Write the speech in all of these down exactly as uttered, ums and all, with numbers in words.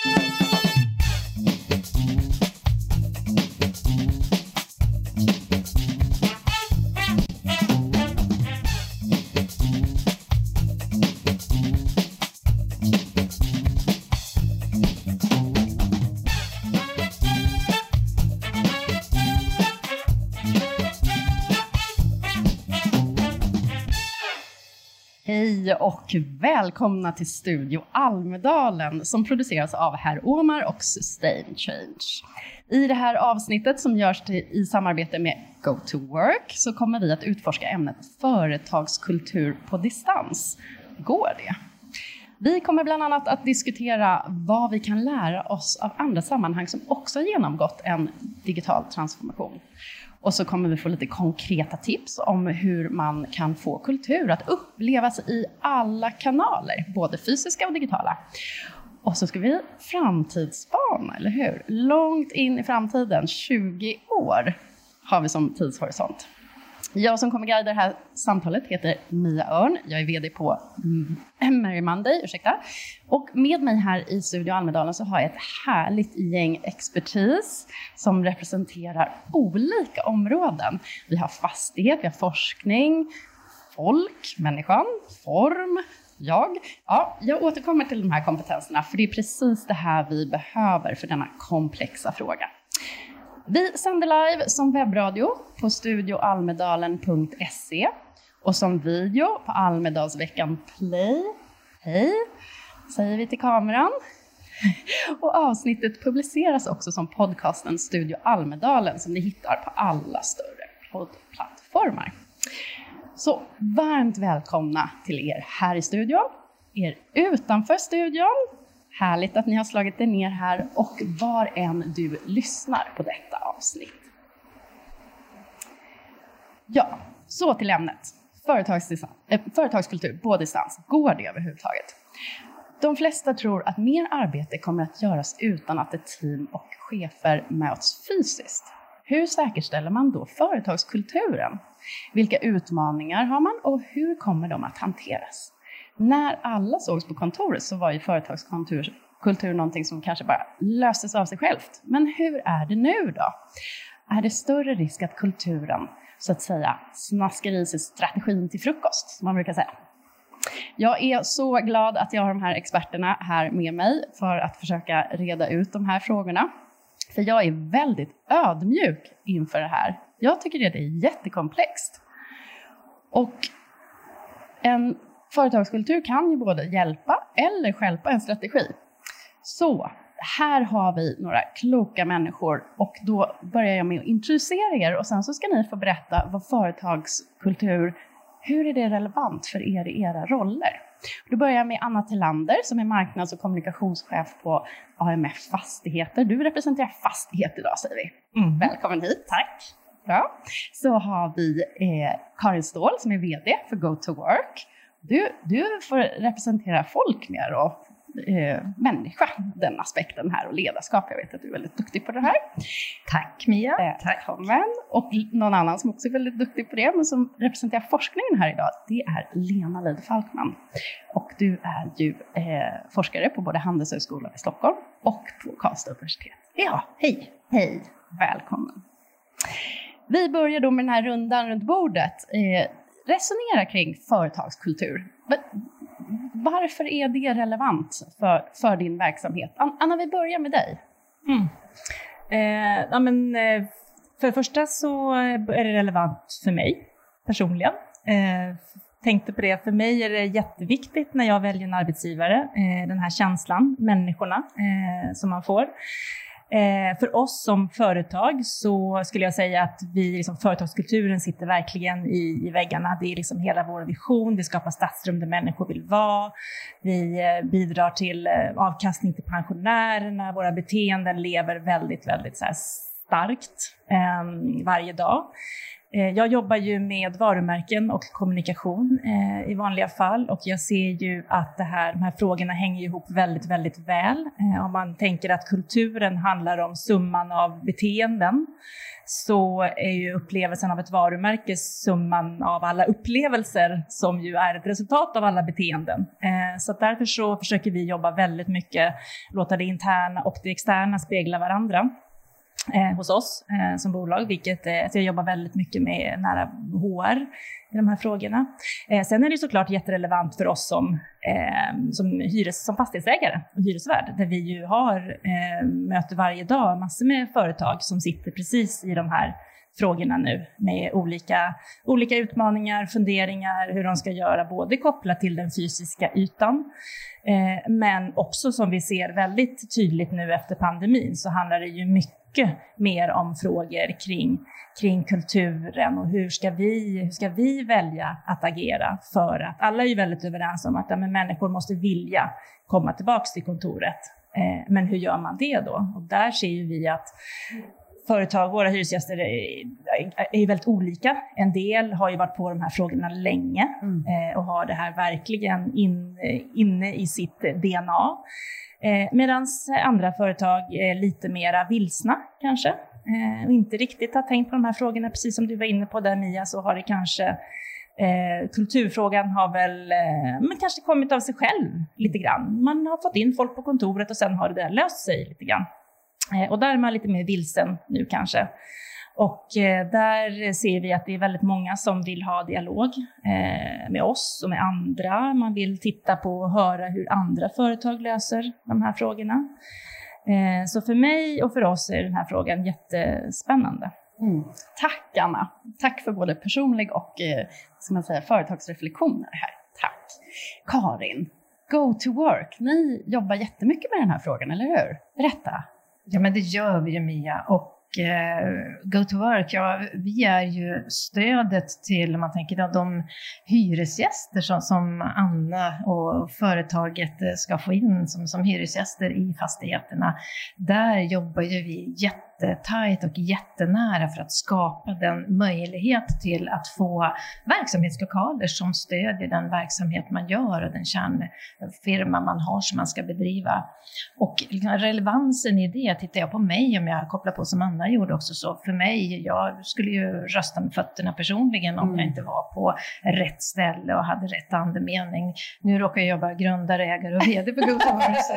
Hej och välkomna till Studio Almedalen som produceras av Herr Omar och Sustain Change. I det här avsnittet som görs till, i samarbete med Go to Work så kommer vi att utforska ämnet företagskultur på distans. Går det? Vi kommer bland annat att diskutera vad vi kan lära oss av andra sammanhang som också har genomgått en digital transformation. Och så kommer vi få lite konkreta tips om hur man kan få kultur att upplevas i alla kanaler, både fysiska och digitala. Och så ska vi framtidsspana, eller hur? Långt in i framtiden, tjugo år har vi som tidshorisont. Jag som kommer guida det här samtalet heter Mia Örn. Jag är vd på Merry Monday, ursäkta. Och med mig här i Studio Almedalen så har jag ett härligt gäng expertis som representerar olika områden. Vi har fastighet, vi har forskning, folk, människan, form, jag. Ja, jag återkommer till de här kompetenserna för det är precis det här vi behöver för denna komplexa fråga. Vi sänder live som webbradio på studio almedalen punkt se och som video på Almedalsveckan Play. Hej, säger vi till kameran. Och avsnittet publiceras också som podcasten Studio Almedalen som ni hittar på alla större poddplattformar. Så varmt välkomna till er här i studion, er utanför studion. Härligt att ni har slagit er ner här och var än du lyssnar på detta avsnitt. Ja, så till ämnet. Äh, företagskultur på distans. Går det överhuvudtaget? De flesta tror att mer arbete kommer att göras utan att ett team och chefer möts fysiskt. Hur säkerställer man då företagskulturen? Vilka utmaningar har man och hur kommer de att hanteras? När alla sågs på kontoret så var ju företagskultur kultur någonting som kanske bara löstes av sig självt. Men hur är det nu då? Är det större risk att kulturen så att säga snaskar i sig strategin till frukost, som man brukar säga? Jag är så glad att jag har de här experterna här med mig för att försöka reda ut de här frågorna. För jag är väldigt ödmjuk inför det här. Jag tycker det är jättekomplext. Och en företagskultur kan ju både hjälpa eller stjälpa en strategi. Så här har vi några kloka människor och då börjar jag med att introducera er och sen så ska ni få berätta vad företagskultur, hur är det relevant för er i era roller? Då börjar jag med Anna Tillander som är marknads- och kommunikationschef på A M F Fastigheter. Du representerar fastighet idag, säger vi. Mm. Välkommen hit. Tack. Bra. Så har vi eh, Karin Ståhl som är vd för Go to Work. Du, du får representera folk mer och eh, människa, den aspekten här och ledarskap. Jag vet att du är väldigt duktig på det här. Tack Mia. Eh, Tack. Och någon annan som också är väldigt duktig på det men som representerar forskningen här idag, det är Lena Lid Falkman. Och du är ju eh, forskare på både Handelshögskolan i Stockholm och på Karlstad universitet. Ja, hej. Hej, välkommen. Vi börjar då med den här rundan runt bordet. Eh, resonera kring företagskultur. Varför är det relevant för, för din verksamhet? Anna, vi börjar med dig. Mm. Eh, ja, men, eh, för det första så är det relevant för mig personligen. Eh, tänkte på det, för mig är det jätteviktigt när jag väljer en arbetsgivare. Eh, den här känslan, människorna eh, som man får. Eh, för oss som företag så skulle jag säga att vi, liksom, företagskulturen sitter verkligen i, i väggarna. Det är liksom hela vår vision. Det skapar stadsrum där människor vill vara. Vi eh, bidrar till eh, avkastning till pensionärerna. Våra beteenden lever väldigt, väldigt så här, starkt eh, varje dag. Jag jobbar ju med varumärken och kommunikation eh, i vanliga fall, och jag ser ju att det här, de här frågorna hänger ihop väldigt, väldigt väl. Eh, om man tänker att kulturen handlar om summan av beteenden, så är ju upplevelsen av ett varumärke summan av alla upplevelser som ju är ett resultat av alla beteenden. Eh, så därför så försöker vi jobba väldigt mycket, låta det interna och det externa spegla varandra. Eh, hos oss eh, som bolag, vilket eh, jag jobbar väldigt mycket med nära H R i de här frågorna. Eh, sen är det såklart jätterelevant för oss som, eh, som, hyres, som fastighetsägare och hyresvärd, där vi ju har eh, möter varje dag massor med företag som sitter precis i de här frågorna nu, med olika, olika utmaningar, funderingar, hur de ska göra, både kopplat till den fysiska ytan, eh, men också som vi ser väldigt tydligt nu efter pandemin, så handlar det ju mycket mer om frågor kring, kring kulturen och hur ska, vi, hur ska vi välja att agera, för att alla är ju väldigt överens om att ja, men människor måste vilja komma tillbaka till kontoret. Eh, men hur gör man det då? Och där ser ju vi att företag, våra hyresgäster är, är ju väldigt olika. En del har ju varit på de här frågorna länge mm. eh, och har det här verkligen in, inne i sitt D N A. Eh, Medan andra företag är lite mera vilsna kanske. Eh, och inte riktigt har tänkt på de här frågorna. Precis som du var inne på där, Mia, så har det kanske eh, kulturfrågan har väl eh, men kanske kommit av sig själv lite grann. Man har fått in folk på kontoret och sen har det där löst sig lite grann. Eh, och där är man lite mer vilsen nu kanske. Och eh, där ser vi att det är väldigt många som vill ha dialog eh, med oss och med andra. Man vill titta på och höra hur andra företag löser de här frågorna. Eh, så för mig och för oss är den här frågan jättespännande. Mm. Tack Anna. Tack för både personlig och eh, ska man säga, företagsreflektioner här. Tack. Karin, Go to Work. Ni jobbar jättemycket med den här frågan, eller hur? Berätta. Ja, men det gör vi ju, Mia. Och eh, Go to Work, ja, vi är ju stödet till, man tänker, de hyresgäster som, som Anna och företaget ska få in som, som hyresgäster i fastigheterna. Där jobbar ju vi jättetajt och jättenära för att skapa den möjlighet till att få verksamhetslokaler som stödjer den verksamhet man gör och den kärnfirma man har som man ska bedriva. Och relevansen i det, tittar jag på mig, om jag kopplar på som Anna gjorde också, så för mig, jag skulle ju rösta med fötterna personligen om mm. jag inte var på rätt ställe och hade rätt andemening. Nu råkar jag jobba grundare, ägare och vd på Go to Work. Så,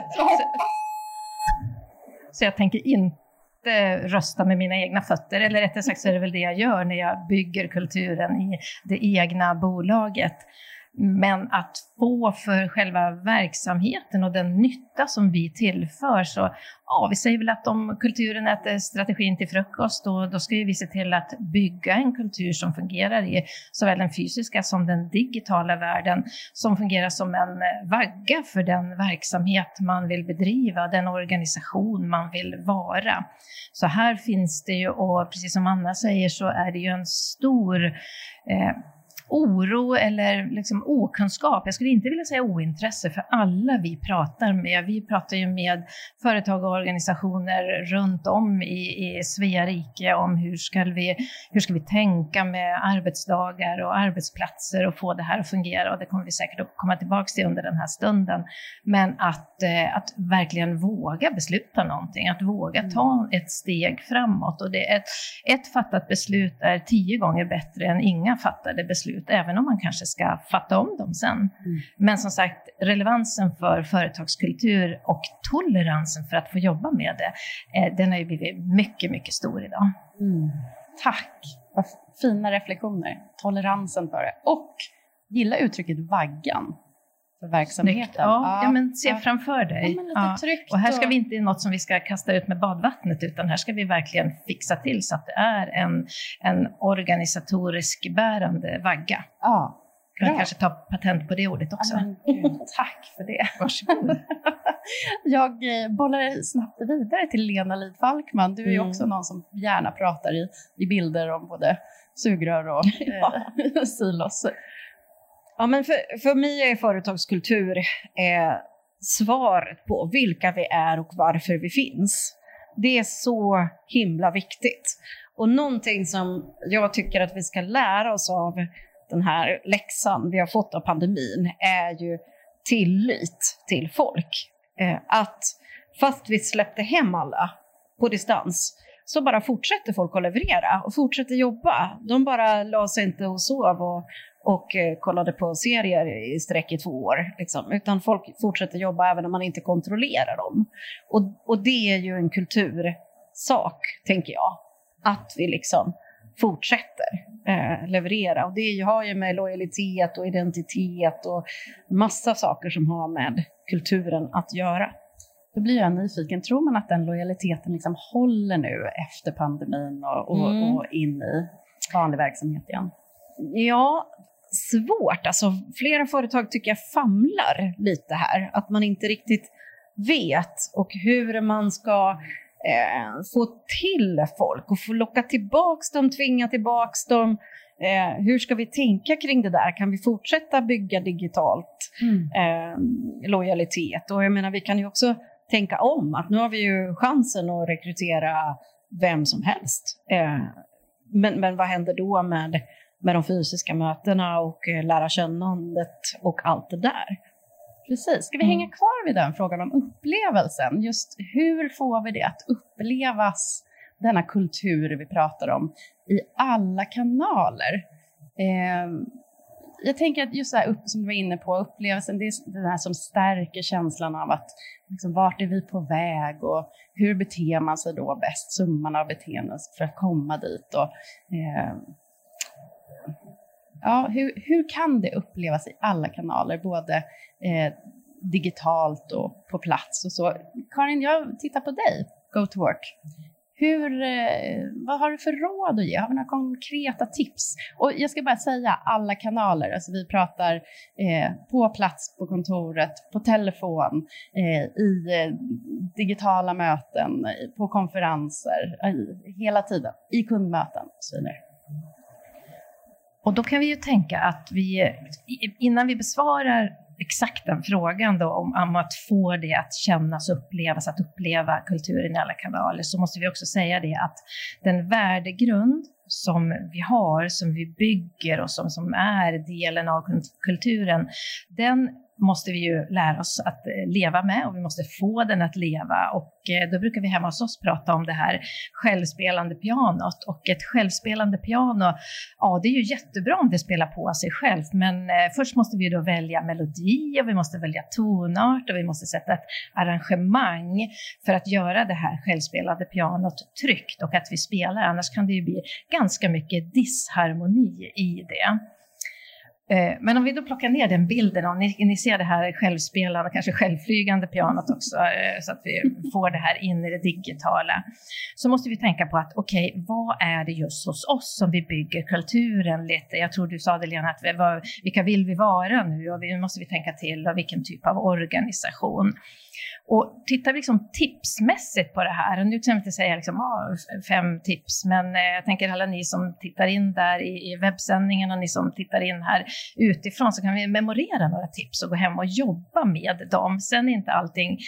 så jag tänker inte rösta med mina egna fötter, eller rättare sagt så är det väl det jag gör när jag bygger kulturen i det egna bolaget. Men att få för själva verksamheten och den nytta som vi tillför, så ja, vi säger väl att om kulturen äter strategin till frukost, då, då ska vi se till att bygga en kultur som fungerar i såväl den fysiska som den digitala världen, som fungerar som en vagga för den verksamhet man vill bedriva, den organisation man vill vara. Så här finns det ju, och precis som Anna säger så är det ju en stor eh, oro eller liksom okunskap. Jag skulle inte vilja säga ointresse, för alla vi pratar med. Vi pratar ju med företag och organisationer runt om i, i Svea rike om hur ska vi, hur ska vi tänka med arbetsdagar och arbetsplatser och få det här att fungera. Och det kommer vi säkert att komma tillbaka till under den här stunden. Men att, eh, att verkligen våga besluta någonting. Att våga ta ett steg framåt. Och det är ett, ett fattat beslut är tio gånger bättre än inga fattade beslut, även om man kanske ska fatta om dem sen. Mm. Men som sagt, relevansen för företagskultur och toleransen för att få jobba med det, eh, den har ju blivit mycket, mycket stor idag. Mm. Tack, vad fina reflektioner. Toleransen för det. Och gilla uttrycket vaggan för verksamheten. Ja, ja, ja, men se ja. framför dig. Ja, lite ja. tryggt och här ska vi inte något som vi ska kasta ut med badvattnet, utan här ska vi verkligen fixa till så att det är en, en organisatorisk bärande vagga. Ja, kan jag kanske ta patent på det ordet också. Ja, men, tack för det. Varsågod. Jag bollar snabbt vidare till Lena Lid-Falkman. Du är ju också mm. någon som gärna pratar i, i bilder om både sugrör och ja. eh, silos. Ja, men för, för mig är företagskultur eh, svaret på vilka vi är och varför vi finns. Det är så himla viktigt. Och någonting som jag tycker att vi ska lära oss av den här läxan vi har fått av pandemin är ju tillit till folk. Eh, att fast vi släppte hem alla på distans så bara fortsätter folk att leverera och fortsätter jobba. De bara la sig inte och sov och, och eh, kollade på serier i sträck i två år. Liksom. Utan folk fortsätter jobba även om man inte kontrollerar dem. Och, och det är ju en kultursak, tänker jag. Att vi liksom fortsätter eh, leverera. Och det har ju med lojalitet och identitet och massa saker som har med kulturen att göra. Då blir jag nyfiken. Tror man att den lojaliteten liksom håller nu efter pandemin och, och, mm. och in i vanlig verksamhet igen? Ja, svårt. Alltså, flera företag tycker jag famlar lite här. Att man inte riktigt vet och hur man ska eh, få till folk och få locka tillbaks dem, tvinga tillbaks dem. Eh, hur ska vi tänka kring det där? Kan vi fortsätta bygga digitalt mm. eh, lojalitet? Och jag menar, vi kan ju också tänka om att nu har vi ju chansen att rekrytera vem som helst. Eh, men, men vad händer då med, med de fysiska mötena och eh, lära kännandet och allt det där? Precis. Ska vi mm. hänga kvar vid den frågan om upplevelsen? Just hur får vi det att upplevas, denna kultur vi pratar om, i alla kanaler? Eh, jag tänker att just det här, som du var inne på, upplevelsen, det är den här som stärker känslan av att liksom, vart är vi på väg och hur beter man sig då bäst, summan av beteenden för att komma dit. Och, eh, ja, hur, hur kan det upplevas i alla kanaler, både eh, digitalt och på plats och så? Karin, jag tittar på dig, Go to Work. Hur, eh, vad har du för råd att ge? Har vi några konkreta tips? Och jag ska bara säga alla kanaler. Alltså vi pratar eh, på plats, på kontoret, på telefon, eh, i eh, digitala möten, på konferenser, i, hela tiden, i kundmöten och så vidare. Och då kan vi ju tänka att vi, innan vi besvarar exakt den frågan då om, om att få det att kännas och upplevas, att uppleva kulturen i alla kanaler, så måste vi också säga det att den värdegrund som vi har, som vi bygger och som, som är delen av kulturen, den måste vi ju lära oss att leva med och vi måste få den att leva. Och då brukar vi hemma hos oss prata om det här självspelande pianot. Och ett självspelande piano, ja, det är ju jättebra om det spelar på sig själv, men först måste vi då välja melodi och vi måste välja tonart och vi måste sätta ett arrangemang för att göra det här självspelande pianot tryggt och att vi spelar, annars kan det ju bli ganska mycket disharmoni i det. Men om vi då plockar ner den bilden, och ni, ni ser det här självspelande, kanske självflygande pianot också, så att vi får det här in i det digitala, så måste vi tänka på att okej, okay, vad är det just hos oss som vi bygger kulturen lite? Jag tror du sa det, Lena, att vi, vad, vilka vill vi vara nu? Och vi måste vi tänka till och vilken typ av organisation. Och tittar vi liksom tipsmässigt på det här, och nu kan jag inte säga liksom, ah, fem tips, men eh, jag tänker alla ni som tittar in där i, i webbsändningen och ni som tittar in här utifrån, så kan vi memorera några tips och gå hem och jobba med dem. Sen är inte allting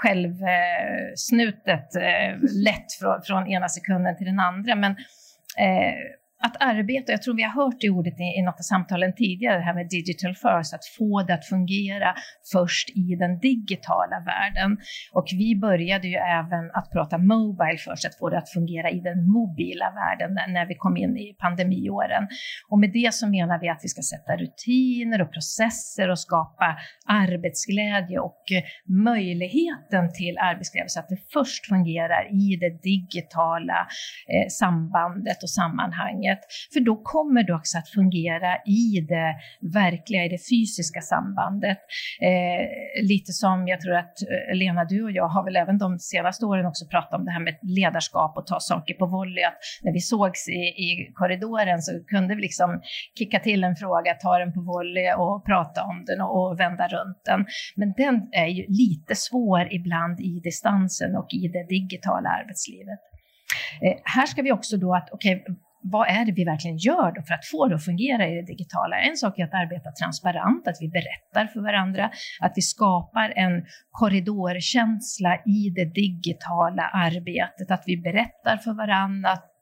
självsnutet eh, eh, lätt från, från ena sekunden till den andra, men eh, att arbeta, jag tror vi har hört det ordet i, i något av samtalen tidigare, det här med digital first, att få det att fungera först i den digitala världen. Och vi började ju även att prata mobile först, att få det att fungera i den mobila världen när, när vi kom in i pandemiåren. Och med det så menar vi att vi ska sätta rutiner och processer och skapa arbetsglädje och möjligheten till arbetsglädje, så att det först fungerar i det digitala eh, sambandet och sammanhanget. För då kommer det också att fungera i det verkliga, i det fysiska sambandet. Eh, lite som jag tror att Lena, du och jag har väl även de senaste åren också pratat om det här med ledarskap och ta saker på volley. Att när vi sågs i, i korridoren så kunde vi liksom kicka till en fråga, ta den på volley och prata om den och, och vända runt den. Men den är ju lite svår ibland i distansen och i det digitala arbetslivet. Eh, här ska vi också då att, okej, okay, vad är det vi verkligen gör då för att få det att fungera i det digitala? En sak är att arbeta transparent, att vi berättar för varandra, att vi skapar en korridorkänsla i det digitala arbetet, att vi berättar för varandra, att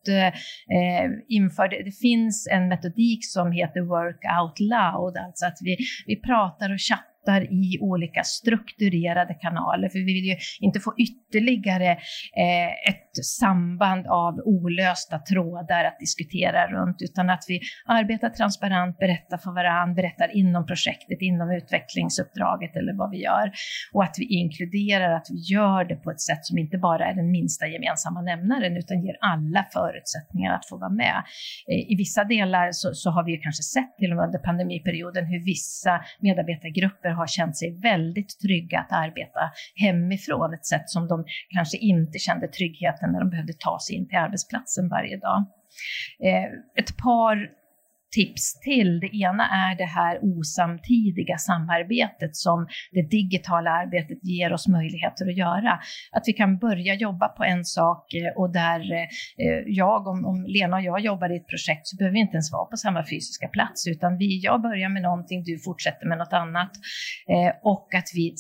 eh, införde, det finns en metodik som heter work out loud, alltså att vi, vi pratar och chattar i olika strukturerade kanaler, för vi vill ju inte få ytterligare eh, ett samband av olösta trådar att diskutera runt, utan att vi arbetar transparent, berättar för varandra, berättar inom projektet, inom utvecklingsuppdraget eller vad vi gör, och att vi inkluderar, att vi gör det på ett sätt som inte bara är den minsta gemensamma nämnaren utan ger alla förutsättningar att få vara med. Eh, I vissa delar så, så har vi ju kanske sett till och med under pandemiperioden hur vissa medarbetargrupper har känt sig väldigt trygga att arbeta hemifrån, ett sätt som de kanske inte kände tryggheten när de behövde ta sig in till arbetsplatsen varje dag. Eh, ett par tips till. Det ena är det här osamtidiga samarbetet som det digitala arbetet ger oss möjligheter att göra. Att vi kan börja jobba på en sak och där eh, jag, om, om Lena och jag jobbar i ett projekt, så behöver vi inte ens vara på samma fysiska plats, utan vi, jag börjar med någonting, du fortsätter med något annat. Eh, och att vi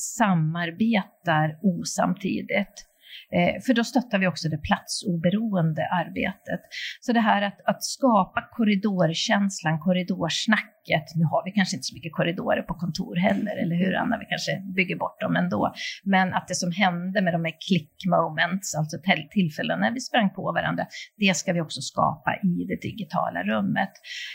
samarbetar osamtidigt. Eh, för då stöttar vi också det platsoberoende arbetet. Så det här att, att skapa korridorkänslan, korridorsnacket. Nu har vi kanske inte så mycket korridorer på kontor heller, eller hur Anna? Vi kanske bygger bort dem ändå. Men att det som hände med de här click moments, alltså tillfällen när vi sprang på varandra, det ska vi också skapa i det digitala rummet.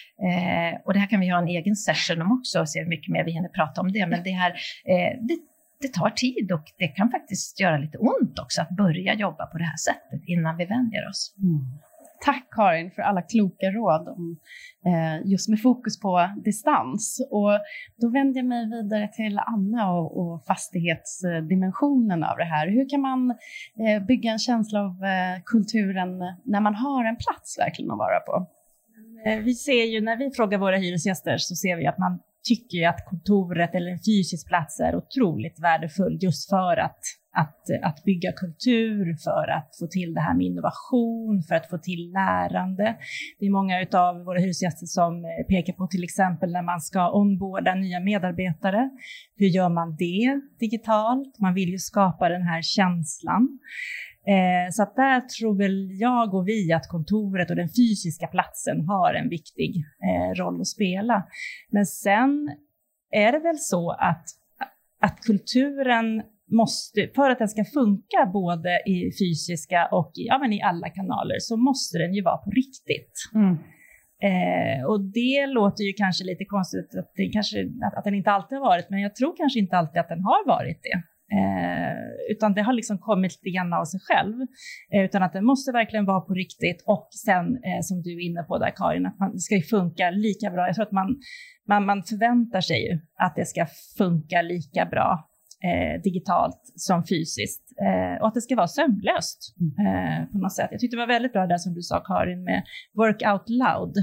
Eh, och det här kan vi ha en egen session om också och se hur mycket mer vi hinner prata om det. Men det här, eh, det Det tar tid och det kan faktiskt göra lite ont också att börja jobba på det här sättet innan vi vänjer oss. Mm. Tack Karin för alla kloka råd om, eh, just med fokus på distans. Och då vänder jag mig vidare till Anna och, och fastighetsdimensionen av det här. Hur kan man eh, bygga en känsla av eh, kulturen när man har en plats verkligen att vara på? Vi ser ju när vi frågar våra hyresgäster så ser vi att man tycker ju att kontoret eller en fysisk plats är otroligt värdefull just för att, att, att bygga kultur, för att få till det här med innovation, för att få till lärande. Det är många av våra hyresgäster som pekar på till exempel när man ska onboarda nya medarbetare. Hur gör man det digitalt? Man vill ju skapa den här känslan. Eh, så att där tror väl jag och vi att kontoret och den fysiska platsen har en viktig eh, roll att spela. Men sen är det väl så att, att kulturen måste, för att den ska funka både i fysiska och i, ja, men i alla kanaler, så måste den ju vara på riktigt. Mm. Eh, och det låter ju kanske lite konstigt att, det kanske, att, att den inte alltid har varit, men jag tror kanske inte alltid att den har varit det. Eh, utan det har liksom kommit lite grann av sig själv, eh, utan att det måste verkligen vara på riktigt. Och sen eh, som du är inne på där Karin, att man, det ska ju funka lika bra. Jag tror att man, man, man förväntar sig ju att det ska funka lika bra eh, digitalt som fysiskt, eh, och att det ska vara sömlöst eh, på något sätt. Jag tyckte det var väldigt bra där som du sa Karin med work out loud,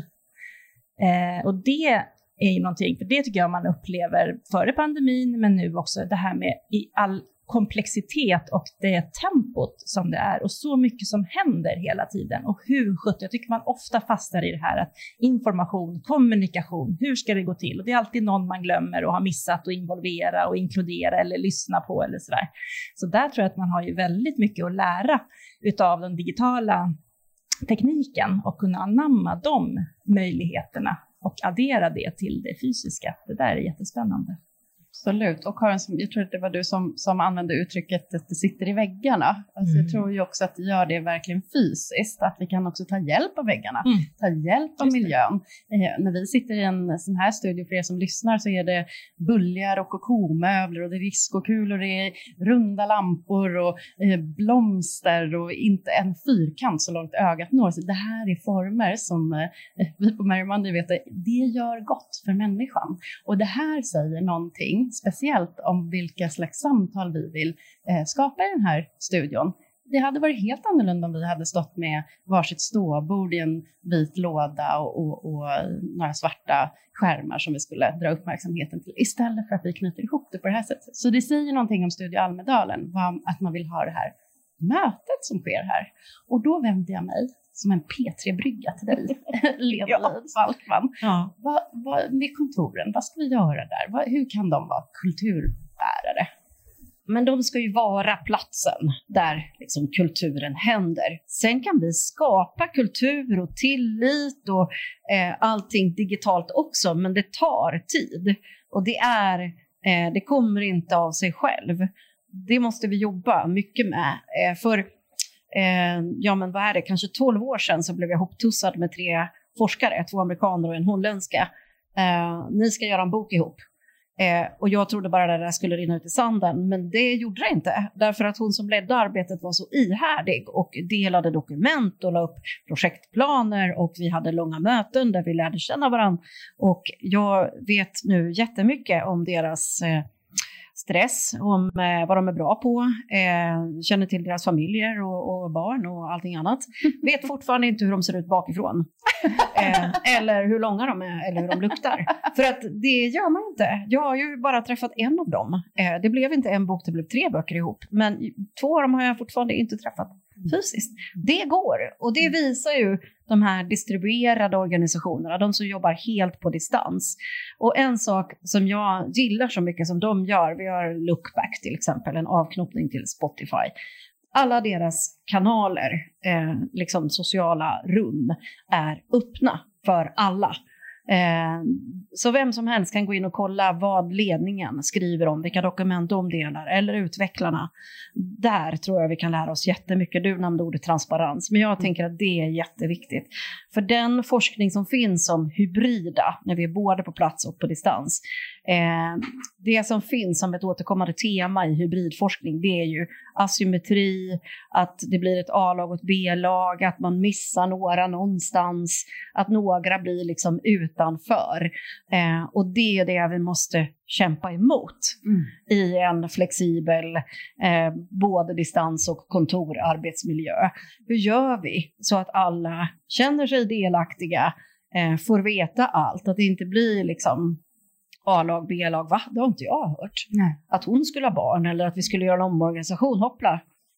eh, och det är ju någonting, för det tycker jag man upplever före pandemin, men nu också det här med i all komplexitet och det tempot som det är och så mycket som händer hela tiden. Och hur skött, jag tycker man ofta fastnar i det här att information, kommunikation, hur ska det gå till? Och det är alltid någon man glömmer och har missat att involvera och inkludera eller lyssna på eller sådär. Så där tror jag att man har ju väldigt mycket att lära utav den digitala tekniken och kunna anamma de möjligheterna och addera det till det fysiska. Det där är jättespännande. Absolut. Och Karin, jag tror att det var du som, som använde uttrycket att det sitter i väggarna. Alltså mm. Jag tror ju också att det gör det verkligen fysiskt. Att vi kan också ta hjälp av väggarna. Mm. Ta hjälp av miljön. Eh, när vi sitter i en sån här studio, för er som lyssnar, så är det buljar och kokomöbler och det är diskokulor, det är runda lampor och eh, blomster och inte en fyrkant så långt ögat når. Så det här är former som eh, vi på Merry Monday vet att det gör gott för människan. Och det här säger någonting speciellt om vilka slags samtal vi vill eh, skapa i den här studion. Det hade varit helt annorlunda om vi hade stått med varsitt ståbord i en vit låda och, och, och några svarta skärmar som vi skulle dra uppmärksamheten till, istället för att vi knyter ihop det på det här sättet. Så det säger någonting om Studio Almedalen, vad, att man vill ha det här mötet som sker här. Och då vänder jag mig som en P tre-brygga till dig, Lena ja. Falkman. Ja. Vad, vad, med kontoren, vad ska vi göra där? Vad, hur kan de vara kulturbärare? Men de ska ju vara platsen där liksom kulturen händer. Sen kan vi skapa kultur och tillit och eh, allting digitalt också, men det tar tid. Och det, är, eh, det kommer inte av sig själv. Det måste vi jobba mycket med. Eh, för eh, ja, men vad är det? Kanske tolv år sedan så blev jag hoptussad med tre forskare, två amerikaner och en holländska. Eh, ni ska göra en bok ihop. Eh, och jag trodde bara att det där skulle rinna ut i sanden, men det gjorde det inte, därför att hon som ledde arbetet var så ihärdig och delade dokument och la upp projektplaner, och vi hade långa möten där vi lärde känna varandra, och jag vet nu jättemycket om deras eh, stress, om eh, vad de är bra på, eh, känner till deras familjer och, och barn och allting annat. Vet fortfarande inte hur de ser ut bakifrån. Eh, eller hur långa de är, eller hur de luktar. För att det gör man inte. Jag har ju bara träffat en av dem. Eh, det blev inte en bok, det blev tre böcker ihop. Men två av dem har jag fortfarande inte träffat fysiskt. Det går. Och det visar ju de här distribuerade organisationerna, de som jobbar helt på distans. Och en sak som jag gillar så mycket som de gör, vi har Lookback till exempel, en avknoppning till Spotify. Alla deras kanaler, eh, liksom sociala rum, är öppna för alla. Eh, så vem som helst kan gå in och kolla vad ledningen skriver om, vilka dokument de delar, eller utvecklarna. Där tror jag vi kan lära oss jättemycket. Du nämnde ordet transparens, men jag tänker att det är jätteviktigt. För den forskning som finns om hybrida, när vi är både på plats och på distans, eh, det som finns som ett återkommande tema i hybridforskning, det är ju asymmetri, att det blir ett A-lag och ett B-lag, att man missar några någonstans, att några blir liksom utanför. Eh, och det är det vi måste kämpa emot mm. i en flexibel eh, både distans- och kontorarbetsmiljö. Hur gör vi så att alla känner sig delaktiga, eh, får veta allt, att det inte blir liksom A-lag, B-lag, va? Det har inte jag hört. Nej. Att hon skulle ha barn eller att vi skulle göra en omorganisation, hoppla.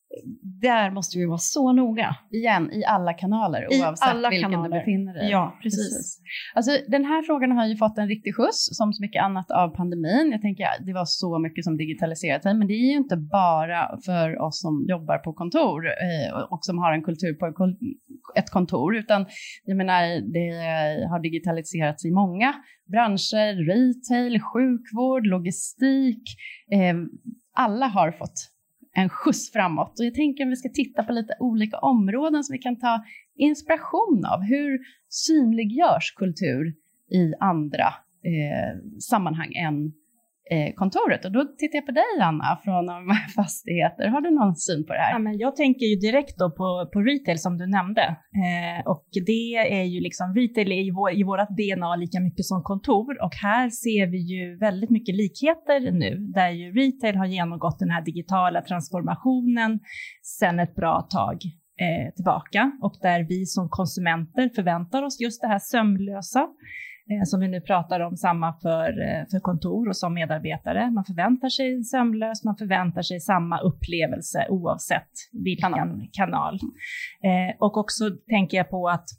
Där måste vi vara så noga. Igen, i alla kanaler, oavsett alla vilken kanaler. Du befinner dig. Ja, precis. precis. Alltså, den här frågan har ju fått en riktig skjuts, som så mycket annat, av pandemin. Jag tänker, det var så mycket som digitaliserat sig, men det är ju inte bara för oss som jobbar på kontor eh, och som har en kultur på ett kontor, utan jag menar, det har digitaliserats i många branscher, retail, sjukvård, logistik. Eh, alla har fått en skjuts framåt, och jag tänker att vi ska titta på lite olika områden som vi kan ta inspiration av. Hur synliggörs kultur i andra eh, sammanhang än eh, kontoret? Och då tittar jag på dig, Anna, från fastigheter. Har du någon syn på det här? Ja, men jag tänker ju direkt då på, på retail som du nämnde. Eh, och det är ju liksom, retail är ju vår, i vårat D N A lika mycket som kontor. Och här ser vi ju väldigt mycket likheter nu. Där ju retail har genomgått den här digitala transformationen sedan ett bra tag eh, tillbaka. Och där vi som konsumenter förväntar oss just det här sömlösa. Som vi nu pratar om, samma för, för kontor och som medarbetare. Man förväntar sig sömlös, man förväntar sig samma upplevelse oavsett vilken kanal. kanal. Eh, och också tänker jag på att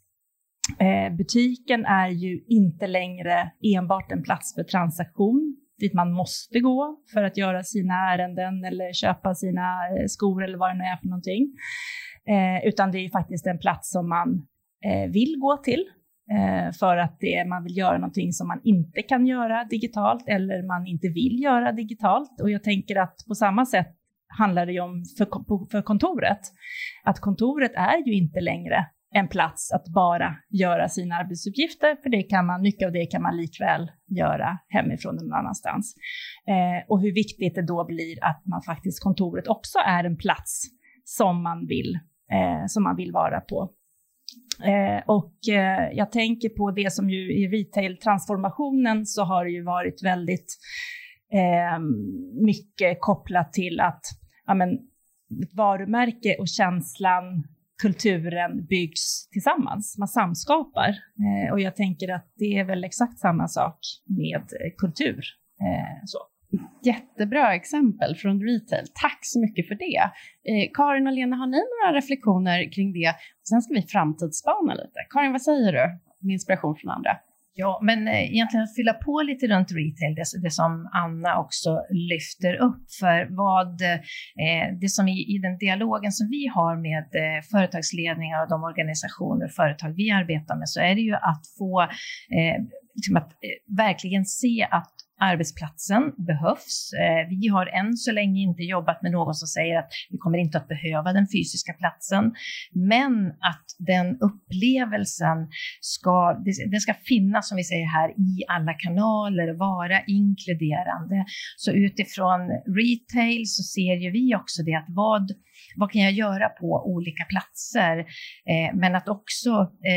eh, butiken är ju inte längre enbart en plats för transaktion, dit man måste gå för att göra sina ärenden eller köpa sina skor eller vad det nu är för någonting. Eh, utan det är ju faktiskt en plats som man eh, vill gå till. För att det, man vill göra någonting som man inte kan göra digitalt eller man inte vill göra digitalt. Och jag tänker att på samma sätt handlar det ju om för, för kontoret. Att kontoret är ju inte längre en plats att bara göra sina arbetsuppgifter. För det kan man, mycket av det kan man likväl göra hemifrån någon annanstans. Eh, och hur viktigt det då blir att man faktiskt, kontoret också är en plats som man vill, eh, som man vill vara på. Eh, och eh, jag tänker på det som ju i retail-transformationen så har det ju varit väldigt eh, mycket kopplat till att ja, men, varumärke och känslan, kulturen byggs tillsammans. Man samskapar. Eh, och jag tänker att det är väl exakt samma sak med kultur. Eh, så. Jättebra exempel från retail. Tack så mycket för det. Eh, Karin och Lena, har ni några reflektioner kring det? Sen ska vi framtidsspana lite. Karin, vad säger du? Med inspiration från andra. Ja, men egentligen att fylla på lite runt retail, det, det som Anna också lyfter upp. För vad eh, det som i, i den dialogen som vi har med eh, företagsledningar och de organisationer och företag vi arbetar med, så är det ju att få eh, liksom att eh, verkligen se att arbetsplatsen behövs. Vi har än så länge inte jobbat med någon som säger att vi kommer inte att behöva den fysiska platsen. Men att den upplevelsen ska, den ska finnas, som vi säger här, i alla kanaler, vara inkluderande. Så utifrån retail så ser ju vi också det att vad Vad kan jag göra på olika platser? Eh, men att också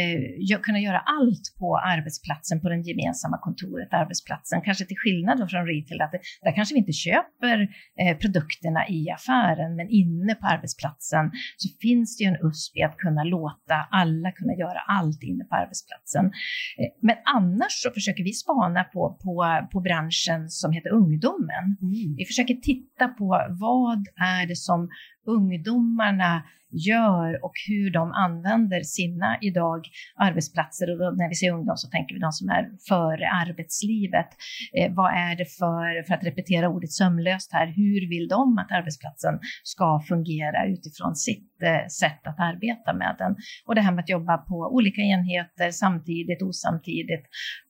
eh, kunna göra allt på arbetsplatsen, på den gemensamma kontoret, arbetsplatsen. Kanske till skillnad då från retail, att det, där kanske vi inte köper eh, produkterna i affären, men inne på arbetsplatsen så finns det ju en U S P att kunna låta alla kunna göra allt inne på arbetsplatsen. Eh, men annars så försöker vi spana på, på, på branschen som heter ungdomen. Mm. Vi försöker titta på vad är det som ungdomarna gör och hur de använder sina idag arbetsplatser. Och då, när vi säger ungdom så tänker vi de som är före arbetslivet. Eh, vad är det för, för att repetera ordet sömlöst här, hur vill de att arbetsplatsen ska fungera utifrån sitt eh, sätt att arbeta med den. Och det här med att jobba på olika enheter samtidigt, osamtidigt,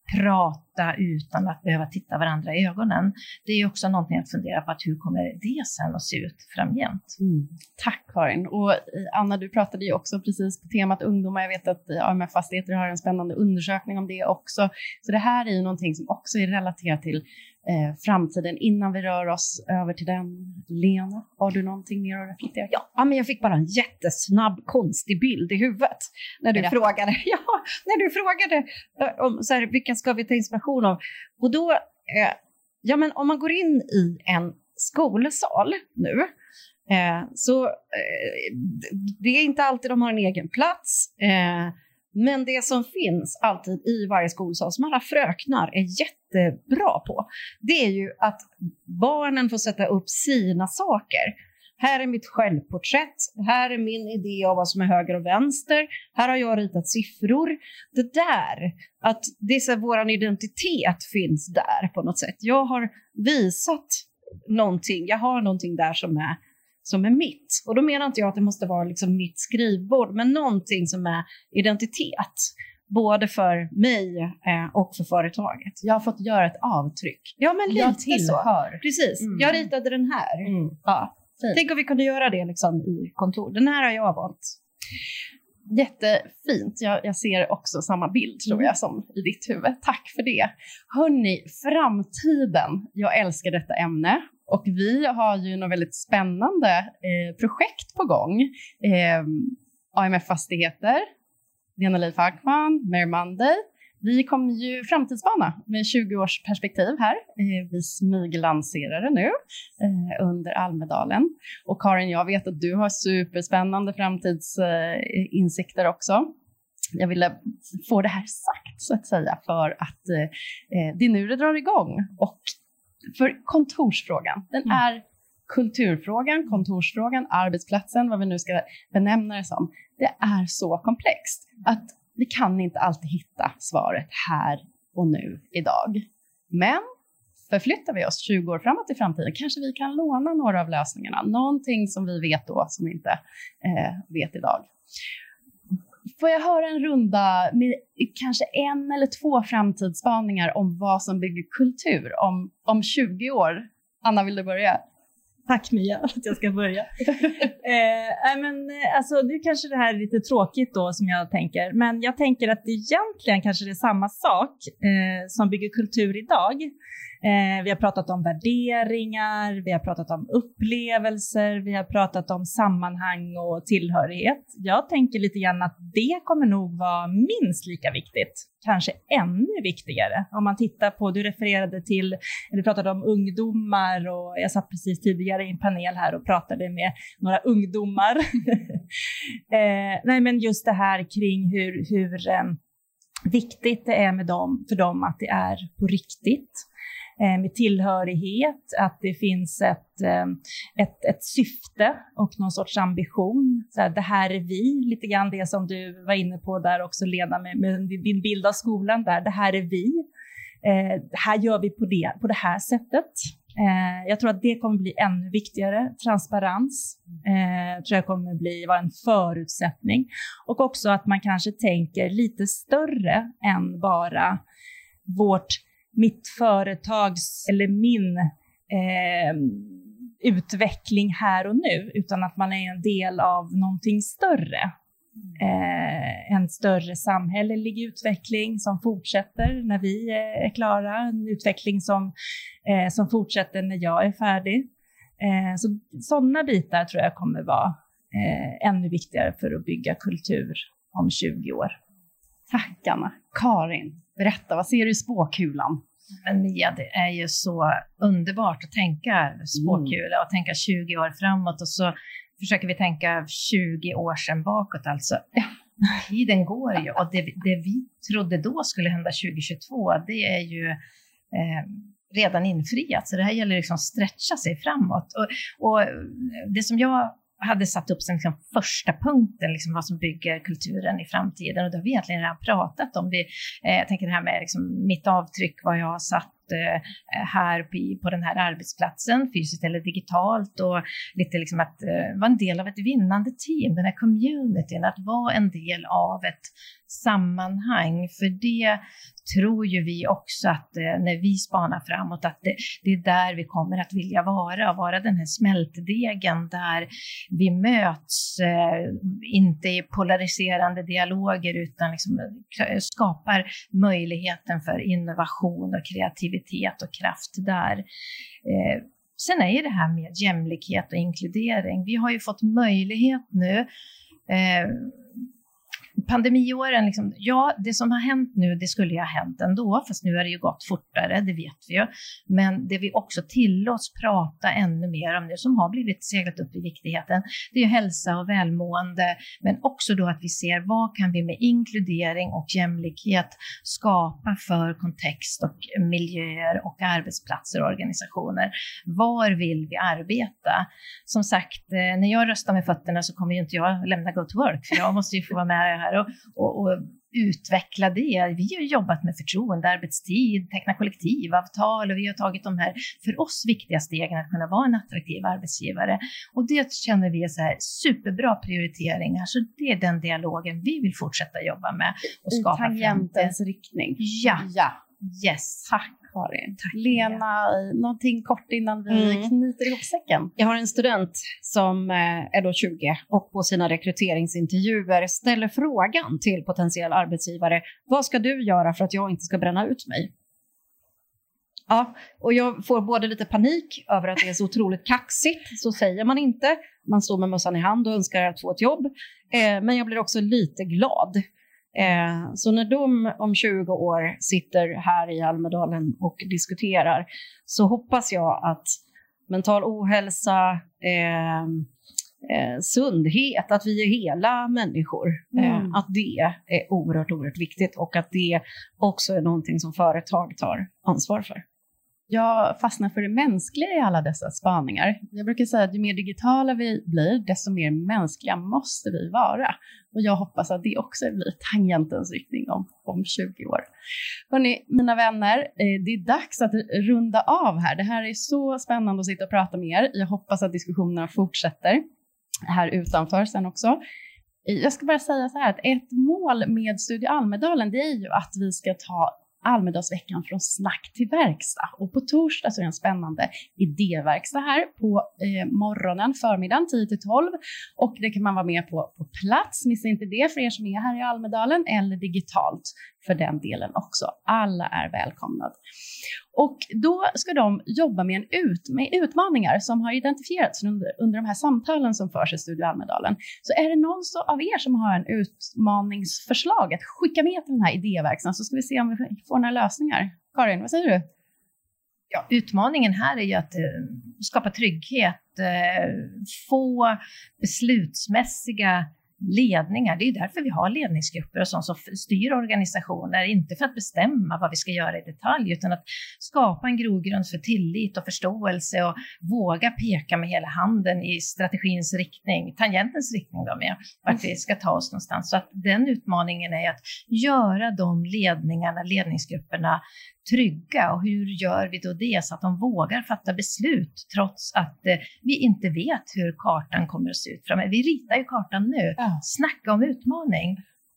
prata utan att behöva titta varandra i ögonen. Det är också någonting att fundera på, att hur kommer det sen att se ut framgent. Mm. Tack Karin. Och Anna, du pratade ju också precis på temat ungdomar. Jag vet att A M F Fastigheter har en spännande undersökning om det också. Så det här är ju någonting som också är relaterat till eh, framtiden. Innan vi rör oss över till den, Lena, har du någonting mer att reflektera? Ja, ja men jag fick bara en jättesnabb, konstig bild i huvudet när du frågade. Ja, när du frågade eh, om så här, vilka ska vi ta inspiration av? Och då, eh, ja men om man går in i en skolsal nu, eh, så eh, det är inte alltid de har en egen plats. Eh, Men det som finns alltid i varje skolsal som alla fröknar är jättebra på, det är ju att barnen får sätta upp sina saker. Här är mitt självporträtt, här är min idé av vad som är höger och vänster, här har jag ritat siffror. Det där, att det är så våran identitet finns där på något sätt. Jag har visat någonting, jag har någonting där som är som är mitt. Och då menar inte jag att det måste vara liksom mitt skrivbord, men någonting som är identitet. Både för mig eh, och för företaget. Jag har fått göra ett avtryck. Ja, men lite jag tillhör. Så. Precis. Mm. Jag ritade den här. Mm. Ja. Tänk om vi kunde göra det liksom i kontor. Den här har jag valt. Jättefint. Jag, jag ser också samma bild tror jag som i ditt huvud. Tack för det. Hörrni, framtiden. Jag älskar detta ämne. Och vi har ju något väldigt spännande eh, projekt på gång. Eh, A M F Fastigheter, Lena Leif Hagman, Mary Monday. Vi kommer ju framtidsspana med tjugo års perspektiv här. Eh, vi smyglanserar det nu eh, under Almedalen. Och Karin, jag vet att du har superspännande framtidsinsikter eh, också. Jag ville få det här sagt så att säga för att eh, det är nu det drar igång. Och för kontorsfrågan, den mm. är kulturfrågan, kontorsfrågan, arbetsplatsen, vad vi nu ska benämna det som. Det är så komplext att vi kan inte alltid hitta svaret här och nu idag. Men förflyttar vi oss tjugo år framåt i framtiden kanske vi kan låna några av lösningarna. Någonting som vi vet då som vi inte eh, vet idag. Får jag höra en runda med kanske en eller två framtidsspaningar om vad som bygger kultur om, om tjugo år? Anna, vill du börja? Tack Mia att jag ska börja. eh, men, alltså, det kanske det här är lite tråkigt då som jag tänker. Men jag tänker att det egentligen kanske det är samma sak eh, som bygger kultur idag. Eh, vi har pratat om värderingar, vi har pratat om upplevelser, vi har pratat om sammanhang och tillhörighet. Jag tänker lite grann att det kommer nog vara minst lika viktigt, kanske ännu viktigare. Om man tittar på, du refererade till, eller pratade om ungdomar och jag satt precis tidigare i en panel här och pratade med några ungdomar. eh, nej men just det här kring hur, hur eh, viktigt det är med dem, för dem att det är på riktigt. eh, med tillhörighet, att det finns ett, eh, ett, ett syfte och någon sorts ambition. Så här, det här är vi, lite grann det som du var inne på där också, Lena, med, med din bild av skolan där. Det här är vi. Eh, här gör vi på det, på det här sättet. Eh, jag tror att det kommer bli ännu viktigare. Transparens eh, tror jag kommer bli vara en förutsättning. Och också att man kanske tänker lite större än bara vårt, mitt företags eller min eh, utveckling här och nu. Utan att man är en del av någonting större. Eh, en större samhällelig utveckling som fortsätter när vi eh, är klara. En utveckling som, eh, som fortsätter när jag är färdig. Eh, så sådana bitar tror jag kommer vara eh, ännu viktigare för att bygga kultur om tjugo år. Tack Anna. Karin, berätta, vad ser du i spåkulan? Men Mia, det är ju så underbart att tänka spåkula och tänka tjugo år framåt, och så försöker vi tänka tjugo år sedan bakåt. Alltså, tiden går ju, och det, det vi trodde då skulle hända tjugo tjugotvå, det är ju eh, redan infriat. Så det här gäller liksom att stretcha sig framåt. Och, och det som jag hade satt upp som liksom första punkten, liksom vad som bygger kulturen i framtiden, och det har vi egentligen redan pratat om. Det, eh, jag tänker det här med liksom mitt avtryck, vad jag har satt eh, här på, på den här arbetsplatsen, fysiskt eller digitalt, och lite liksom att eh, vara en del av ett vinnande team, den här communityn, att vara en del av ett sammanhang. För det tror ju vi också att eh, när vi spanar framåt, att det, det är där vi kommer att vilja vara, vara den här smältdegen där vi möts, eh, inte i polariserande dialoger, utan liksom skapar möjligheten för innovation och kreativitet och kraft där. Eh, sen är det här med jämlikhet och inkludering. Vi har ju fått möjlighet nu, eh, pandemiåren, liksom, ja, det som har hänt nu, det skulle ju ha hänt ändå, fast nu har det ju gått fortare, det vet vi ju. Men det vi också tillåts prata ännu mer om nu, som har blivit seglat upp i viktigheten, det är ju hälsa och välmående, men också då att vi ser vad kan vi med inkludering och jämlikhet skapa för kontext och miljöer och arbetsplatser och organisationer. Var vill vi arbeta? Som sagt, när jag röstar med fötterna så kommer ju inte jag lämna Go to Work, för jag måste ju få vara med här Och, och, och utveckla det. Vi har jobbat med förtroende, arbetstid, teckna kollektivavtal, och vi har tagit de här för oss viktiga stegen att kunna vara en attraktiv arbetsgivare. Och det känner vi är så här superbra prioriteringar, så det är den dialogen vi vill fortsätta jobba med och skapa i tangentens riktning. Ja. Ja. Yes. Tack Karin. Tack, Lena, någonting kort innan vi Mm. knyter ihop säcken. Jag har en student som är då tjugo och på sina rekryteringsintervjuer ställer frågan till potentiell arbetsgivare: vad ska du göra för att jag inte ska bränna ut mig? Ja, och jag får både lite panik över att det är så otroligt kaxigt, så säger man inte. Man står med mössan i hand och önskar att få ett jobb. Eh, men jag blir också lite glad. Eh, så när de om tjugo år sitter här i Almedalen och diskuterar, så hoppas jag att mental ohälsa, eh, eh, sundhet, att vi är hela människor, eh, Mm. att det är oerhört, oerhört viktigt, och att det också är någonting som företag tar ansvar för. Jag fastnar för det mänskliga i alla dessa spaningar. Jag brukar säga att ju mer digitala vi blir, desto mer mänskliga måste vi vara. Och jag hoppas att det också blir tangentens riktning om, om tjugo år. Hörrni, mina vänner, eh, det är dags att runda av här. Det här är så spännande att sitta och prata med er. Jag hoppas att diskussionerna fortsätter här utanför sen också. Jag ska bara säga så här, att ett mål med Studio Almedalen, det är ju att vi ska ta Almedalsveckan från snack till verkstad. Och på torsdag så är det en spännande idéverkstad här på eh, morgonen, förmiddagen tio till tolv. Och det kan man vara med på på plats. Missa inte det för er som är här i Almedalen, eller digitalt för den delen också. Alla är välkomna. Och då ska de jobba med, en ut, med utmaningar som har identifierats under, under de här samtalen som förs i Studio Almedalen. Så är det någon så, av er som har en utmaningsförslag att skicka med till den här idéverkstaden, så ska vi se om vi får några lösningar. Karin, vad säger du? Ja, utmaningen här är ju att eh, skapa trygghet, eh, få beslutsmässiga ledningar. Det är därför vi har ledningsgrupper och sånt som styr organisationer, inte för att bestämma vad vi ska göra i detalj, utan att skapa en grogrund för tillit och förståelse och våga peka med hela handen i strategins riktning, tangentens riktning då med, vart vi ska ta oss någonstans. Så att den utmaningen är att göra de ledningarna, ledningsgrupperna trygga, och hur gör vi då det så att de vågar fatta beslut trots att eh, vi inte vet hur kartan kommer att se ut framåt. Vi ritar ju kartan nu. Ja. Snacka om utmaning.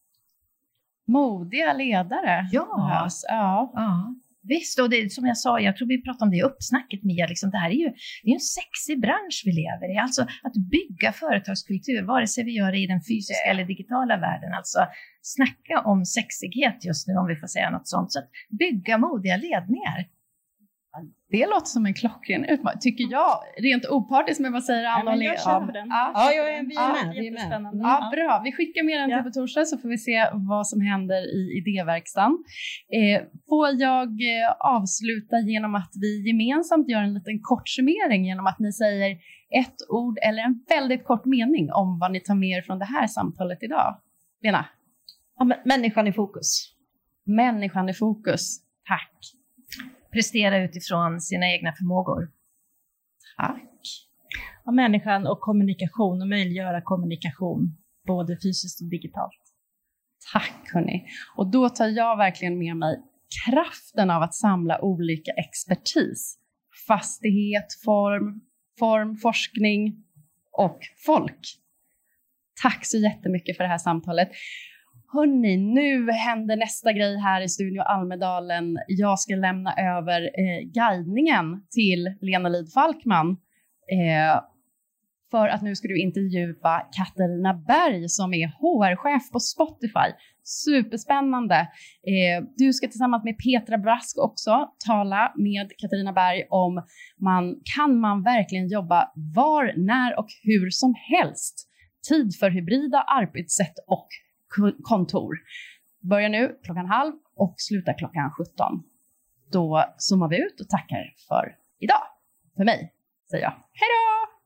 Modiga ledare. Ja. Ja. ja. Visst, och det, som jag sa, jag tror vi pratade om det i uppsnacket, Mia, liksom, det här är ju det är en sexig bransch vi lever i. Alltså att bygga företagskultur, vare sig vi gör det i den fysiska eller digitala världen. Alltså snacka om sexighet just nu, om vi får säga något sånt. Så att bygga modiga ledningar. Det låter som en klockren utmaning, tycker jag. Rent opartiskt med vad säger Anna och Lea. Jag köper den. Ja, ja, ja, vi är med. Vi är med. Mm. Ja, bra. Vi skickar med den till ja. på torsdag, så får vi se vad som händer i idéverkstan. Eh, får jag eh, avsluta genom att vi gemensamt gör en liten kort summering genom att ni säger ett ord eller en väldigt kort mening om vad ni tar med er från det här samtalet idag. Lena? Ja, men människan i fokus. Människan i fokus. Tack. Prestera utifrån sina egna förmågor. Tack. Ja, människan och kommunikation, och möjliggöra kommunikation både fysiskt och digitalt. Tack hörni. Och då tar jag verkligen med mig kraften av att samla olika expertis. Fastighet, form, form, forskning och folk. Tack så jättemycket för det här samtalet. Hörrni, nu händer nästa grej här i Studio Almedalen. Jag ska lämna över eh, guidningen till Lena Lid Falkman. Eh, för att nu ska du intervjua Katarina Berg som är H R-chef på Spotify. Superspännande. Eh, du ska tillsammans med Petra Brask också tala med Katarina Berg om man, kan man verkligen jobba var, när och hur som helst. Tid för hybrida arbetssätt och kontor. Börjar nu klockan halv och slutar klockan sjutton. Då zoomar vi ut och tackar för idag. För mig säger jag hej då!